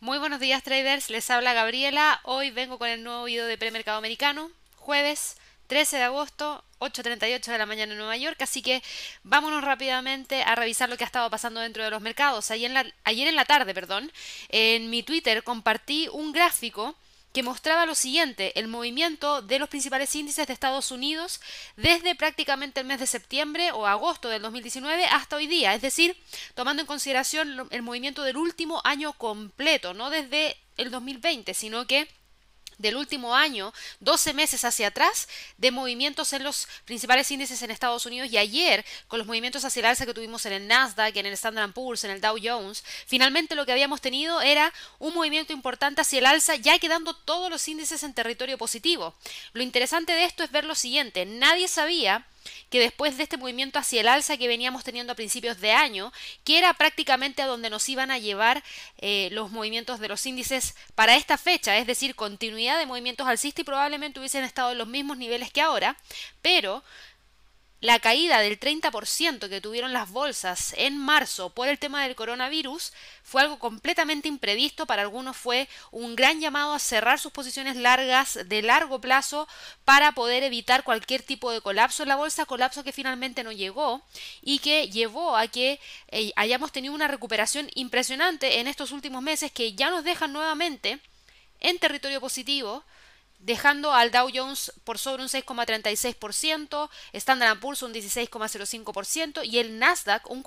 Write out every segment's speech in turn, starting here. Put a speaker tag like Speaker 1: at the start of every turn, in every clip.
Speaker 1: Muy buenos días traders, les habla Gabriela. Hoy vengo con el nuevo video de premercado americano, jueves 13 de agosto, 8:38 de la mañana en Nueva York, así que vámonos rápidamente a revisar lo que ha estado pasando dentro de los mercados. Ayer en la tarde, en mi Twitter compartí un gráfico que mostraba lo siguiente, el movimiento de los principales índices de Estados Unidos desde prácticamente el mes de septiembre o agosto del 2019 hasta hoy día, es decir, tomando en consideración el movimiento del último año completo, no desde el 2020, sino que del último año, 12 meses hacia atrás, de movimientos en los principales índices en Estados Unidos y ayer, con los movimientos hacia el alza que tuvimos en el Nasdaq, en el Standard Poor's, en el Dow Jones, finalmente lo que habíamos tenido era un movimiento importante hacia el alza, ya quedando todos los índices en territorio positivo. Lo interesante de esto es ver lo siguiente, nadie sabía que después de este movimiento hacia el alza que veníamos teniendo a principios de año, que era prácticamente a donde nos iban a llevar los movimientos de los índices para esta fecha, es decir, continuidad de movimientos alcistas y probablemente hubiesen estado en los mismos niveles que ahora, pero la caída del 30% que tuvieron las bolsas en marzo por el tema del coronavirus fue algo completamente imprevisto. Para algunos fue un gran llamado a cerrar sus posiciones largas de largo plazo para poder evitar cualquier tipo de colapso en la bolsa, colapso que finalmente no llegó y que llevó a que hayamos tenido una recuperación impresionante en estos últimos meses que ya nos dejan nuevamente en territorio positivo, dejando al Dow Jones por sobre un 6,36%, Standard Poor's un 16,05% y el Nasdaq un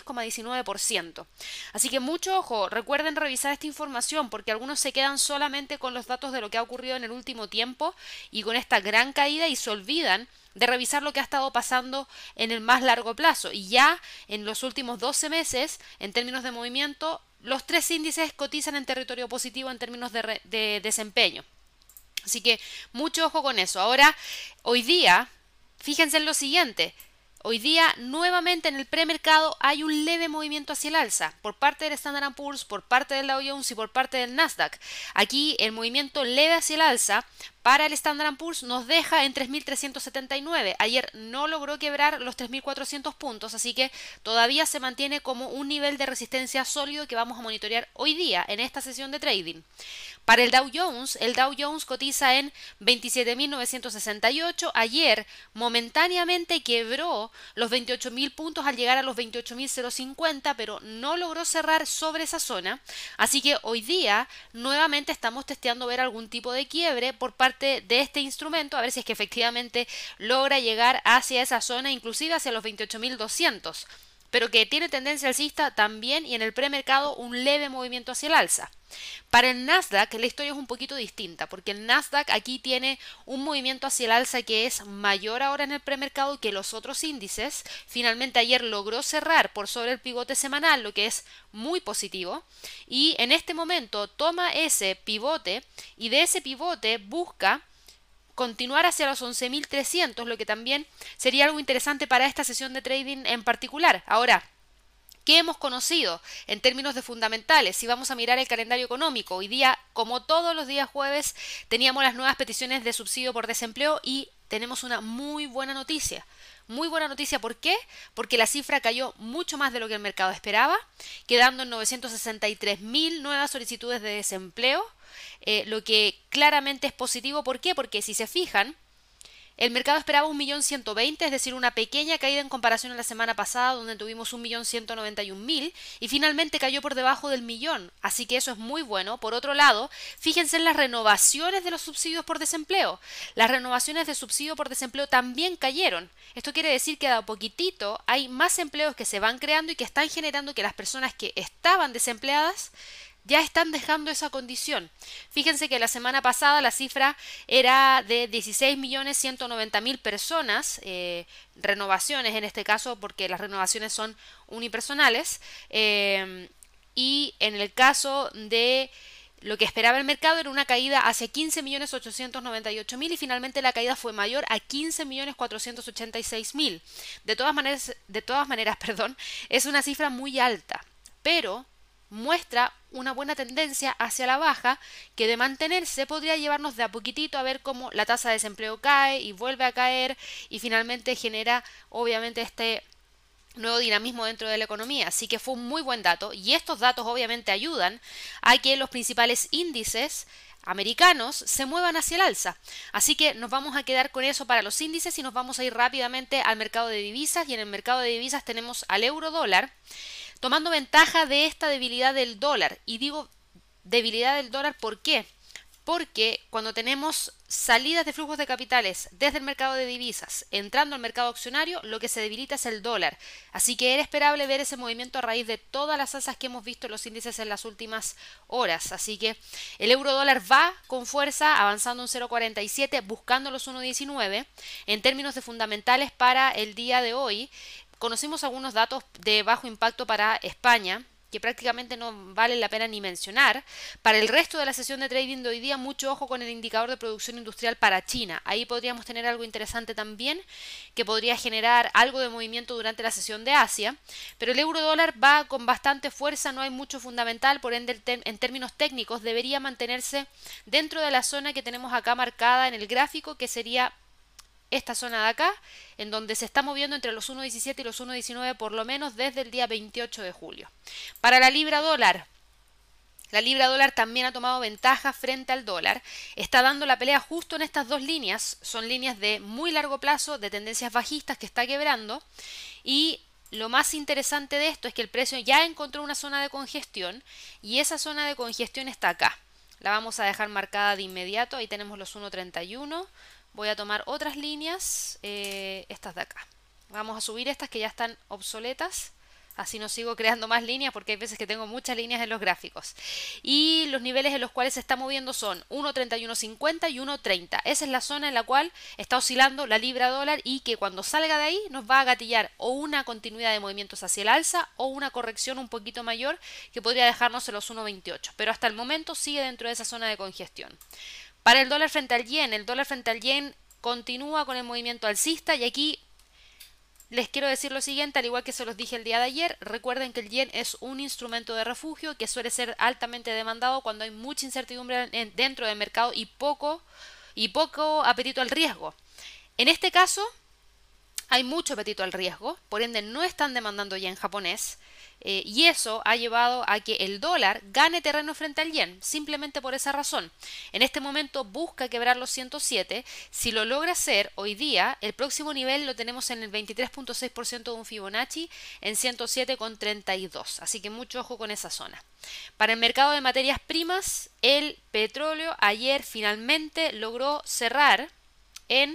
Speaker 1: 46,19%. Así que mucho ojo, recuerden revisar esta información porque algunos se quedan solamente con los datos de lo que ha ocurrido en el último tiempo y con esta gran caída y se olvidan de revisar lo que ha estado pasando en el más largo plazo. Y ya en los últimos 12 meses, en términos de movimiento, los tres índices cotizan en territorio positivo en términos de desempeño. Así que mucho ojo con eso. Ahora, hoy día, fíjense en lo siguiente. Hoy día, nuevamente en el premercado hay un leve movimiento hacia el alza por parte del Standard Poor's, por parte del Dow Jones y por parte del Nasdaq. Aquí el movimiento leve hacia el alza para el Standard Poor's nos deja en 3.379. Ayer no logró quebrar los 3.400 puntos, así que todavía se mantiene como un nivel de resistencia sólido que vamos a monitorear hoy día en esta sesión de trading. Para el Dow Jones cotiza en 27.968. Ayer momentáneamente quebró los 28.000 puntos al llegar a los 28.050, pero no logró cerrar sobre esa zona. Así que hoy día nuevamente estamos testeando ver algún tipo de quiebre por parte de este instrumento, a ver si es que efectivamente logra llegar hacia esa zona, inclusive hacia los 28.200, pero que tiene tendencia alcista también y en el premercado un leve movimiento hacia el alza. Para el Nasdaq la historia es un poquito distinta, porque el Nasdaq aquí tiene un movimiento hacia el alza que es mayor ahora en el premercado que los otros índices. Finalmente ayer logró cerrar por sobre el pivote semanal, lo que es muy positivo, y en este momento toma ese pivote y de ese pivote busca continuar hacia los 11.300, lo que también sería algo interesante para esta sesión de trading en particular. Ahora, ¿qué hemos conocido en términos de fundamentales? Si vamos a mirar el calendario económico, hoy día, como todos los días jueves, teníamos las nuevas peticiones de subsidio por desempleo y tenemos una muy buena noticia. Muy buena noticia, ¿por qué? Porque la cifra cayó mucho más de lo que el mercado esperaba, quedando en 963.000 nuevas solicitudes de desempleo, lo que claramente es positivo. ¿Por qué? Porque si se fijan, el mercado esperaba 1.120.000, es decir, una pequeña caída en comparación a la semana pasada, donde tuvimos 1.191.000, y finalmente cayó por debajo del millón, así que eso es muy bueno. Por otro lado, fíjense en las renovaciones de los subsidios por desempleo. Las renovaciones de subsidio por desempleo también cayeron. Esto quiere decir que a poquitito hay más empleos que se van creando y que están generando que las personas que estaban desempleadas ya están dejando esa condición. Fíjense que la semana pasada la cifra era de 16.190.000 personas, renovaciones en este caso, porque las renovaciones son unipersonales, y en el caso de lo que esperaba el mercado era una caída hacia 15.898.000 y finalmente la caída fue mayor a 15.486.000. De todas maneras, perdón, es una cifra muy alta, pero muestra una buena tendencia hacia la baja que de mantenerse podría llevarnos de a poquitito a ver cómo la tasa de desempleo cae y vuelve a caer y finalmente genera obviamente este nuevo dinamismo dentro de la economía. Así que fue un muy buen dato y estos datos obviamente ayudan a que los principales índices americanos se muevan hacia el alza. Así que nos vamos a quedar con eso para los índices y nos vamos a ir rápidamente al mercado de divisas, y en el mercado de divisas tenemos al euro dólar tomando ventaja de esta debilidad del dólar. Y digo debilidad del dólar, ¿por qué? Porque cuando tenemos salidas de flujos de capitales desde el mercado de divisas entrando al mercado accionario, lo que se debilita es el dólar. Así que era esperable ver ese movimiento a raíz de todas las alzas que hemos visto en los índices en las últimas horas. Así que el euro dólar va con fuerza, avanzando un 0,47, buscando los 1,19. En términos de fundamentales para el día de hoy, conocimos algunos datos de bajo impacto para España, que prácticamente no vale la pena ni mencionar. Para el resto de la sesión de trading de hoy día, mucho ojo con el indicador de producción industrial para China. Ahí podríamos tener algo interesante también, que podría generar algo de movimiento durante la sesión de Asia. Pero el euro dólar va con bastante fuerza, no hay mucho fundamental, por ende en términos técnicos debería mantenerse dentro de la zona que tenemos acá marcada en el gráfico, que sería esta zona de acá, en donde se está moviendo entre los 1,17 y los 1,19 por lo menos desde el día 28 de julio. Para la libra dólar también ha tomado ventaja frente al dólar, está dando la pelea justo en estas dos líneas, son líneas de muy largo plazo, de tendencias bajistas que está quebrando, y lo más interesante de esto es que el precio ya encontró una zona de congestión y esa zona de congestión está acá. La vamos a dejar marcada de inmediato, ahí tenemos los 1,31. Voy a tomar otras líneas, estas de acá. Vamos a subir estas que ya están obsoletas. Así no sigo creando más líneas porque hay veces que tengo muchas líneas en los gráficos. Y los niveles en los cuales se está moviendo son 1,3150 y 1,30. Esa es la zona en la cual está oscilando la libra dólar y que cuando salga de ahí nos va a gatillar o una continuidad de movimientos hacia el alza o una corrección un poquito mayor que podría dejarnos en los 1,28. Pero hasta el momento sigue dentro de esa zona de congestión. Para el dólar frente al yen continúa con el movimiento alcista y aquí les quiero decir lo siguiente, al igual que se los dije el día de ayer, recuerden que el yen es un instrumento de refugio que suele ser altamente demandado cuando hay mucha incertidumbre dentro del mercado y poco apetito al riesgo. En este caso hay mucho apetito al riesgo, por ende no están demandando yen japonés. Y eso ha llevado a que el dólar gane terreno frente al yen, simplemente por esa razón. En este momento busca quebrar los 107. Si lo logra hacer hoy día, el próximo nivel lo tenemos en el 23,6% de un Fibonacci en 107,32. Así que mucho ojo con esa zona. Para el mercado de materias primas, el petróleo ayer finalmente logró cerrar en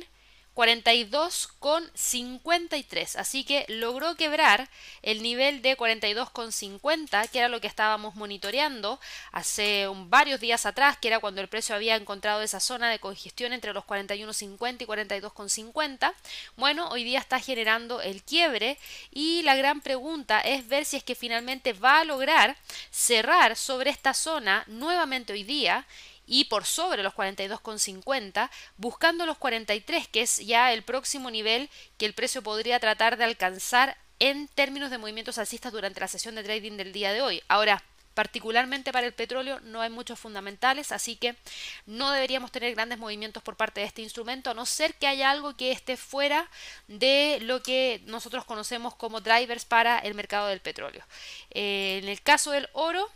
Speaker 1: 42,53, así que logró quebrar el nivel de 42,50, que era lo que estábamos monitoreando hace varios días atrás, que era cuando el precio había encontrado esa zona de congestión entre los 41,50 y 42,50. Bueno, hoy día está generando el quiebre y la gran pregunta es ver si es que finalmente va a lograr cerrar sobre esta zona nuevamente hoy día y por sobre los 42,50, buscando los 43, que es ya el próximo nivel que el precio podría tratar de alcanzar en términos de movimientos alcistas durante la sesión de trading del día de hoy. Ahora, particularmente para el petróleo no hay muchos fundamentales, así que no deberíamos tener grandes movimientos por parte de este instrumento, a no ser que haya algo que esté fuera de lo que nosotros conocemos como drivers para el mercado del petróleo. En el caso del oro,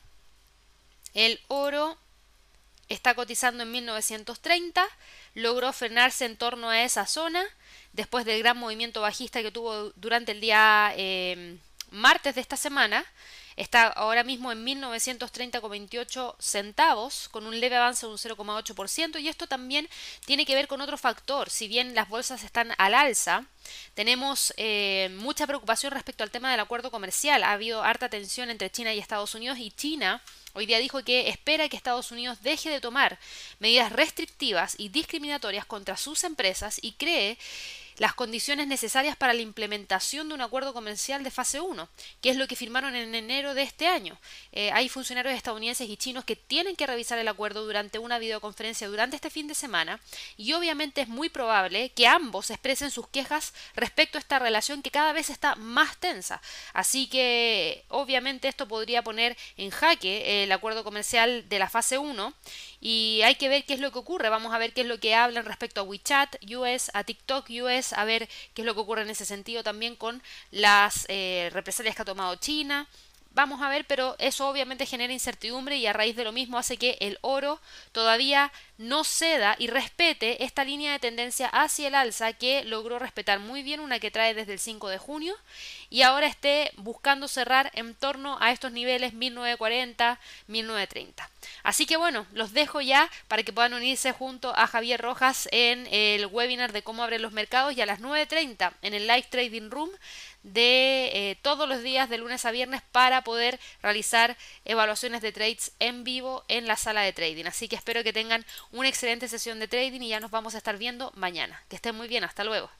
Speaker 1: el oro está cotizando en 1930, logró frenarse en torno a esa zona después del gran movimiento bajista que tuvo durante el día martes de esta semana. Está ahora mismo en 1930,28 centavos, con un leve avance de un 0,8%, y esto también tiene que ver con otro factor. Si bien las bolsas están al alza, tenemos mucha preocupación respecto al tema del acuerdo comercial. Ha habido harta tensión entre China y Estados Unidos, y China hoy día dijo que espera que Estados Unidos deje de tomar medidas restrictivas y discriminatorias contra sus empresas y cree las condiciones necesarias para la implementación de un acuerdo comercial de fase 1, que es lo que firmaron en enero de este año. Hay funcionarios estadounidenses y chinos que tienen que revisar el acuerdo durante una videoconferencia durante este fin de semana y obviamente es muy probable que ambos expresen sus quejas respecto a esta relación que cada vez está más tensa. Así que obviamente esto podría poner en jaque el acuerdo comercial de la fase 1 y hay que ver qué es lo que ocurre. Vamos a ver qué es lo que hablan respecto a WeChat US, a TikTok US, días, a ver qué es lo que ocurre en ese sentido también con las represalias que ha tomado China. Vamos a ver, pero eso obviamente genera incertidumbre y a raíz de lo mismo hace que el oro todavía no ceda y respete esta línea de tendencia hacia el alza que logró respetar muy bien, una que trae desde el 5 de junio y ahora esté buscando cerrar en torno a estos niveles 1940, 1930. Así que bueno, los dejo ya para que puedan unirse junto a Javier Rojas en el webinar de cómo abren los mercados y a las 9:30 en el Live Trading Room de todos los días de lunes a viernes para poder realizar evaluaciones de trades en vivo en la sala de trading. Así que espero que tengan una excelente sesión de trading y ya nos vamos a estar viendo mañana. Que estén muy bien, hasta luego.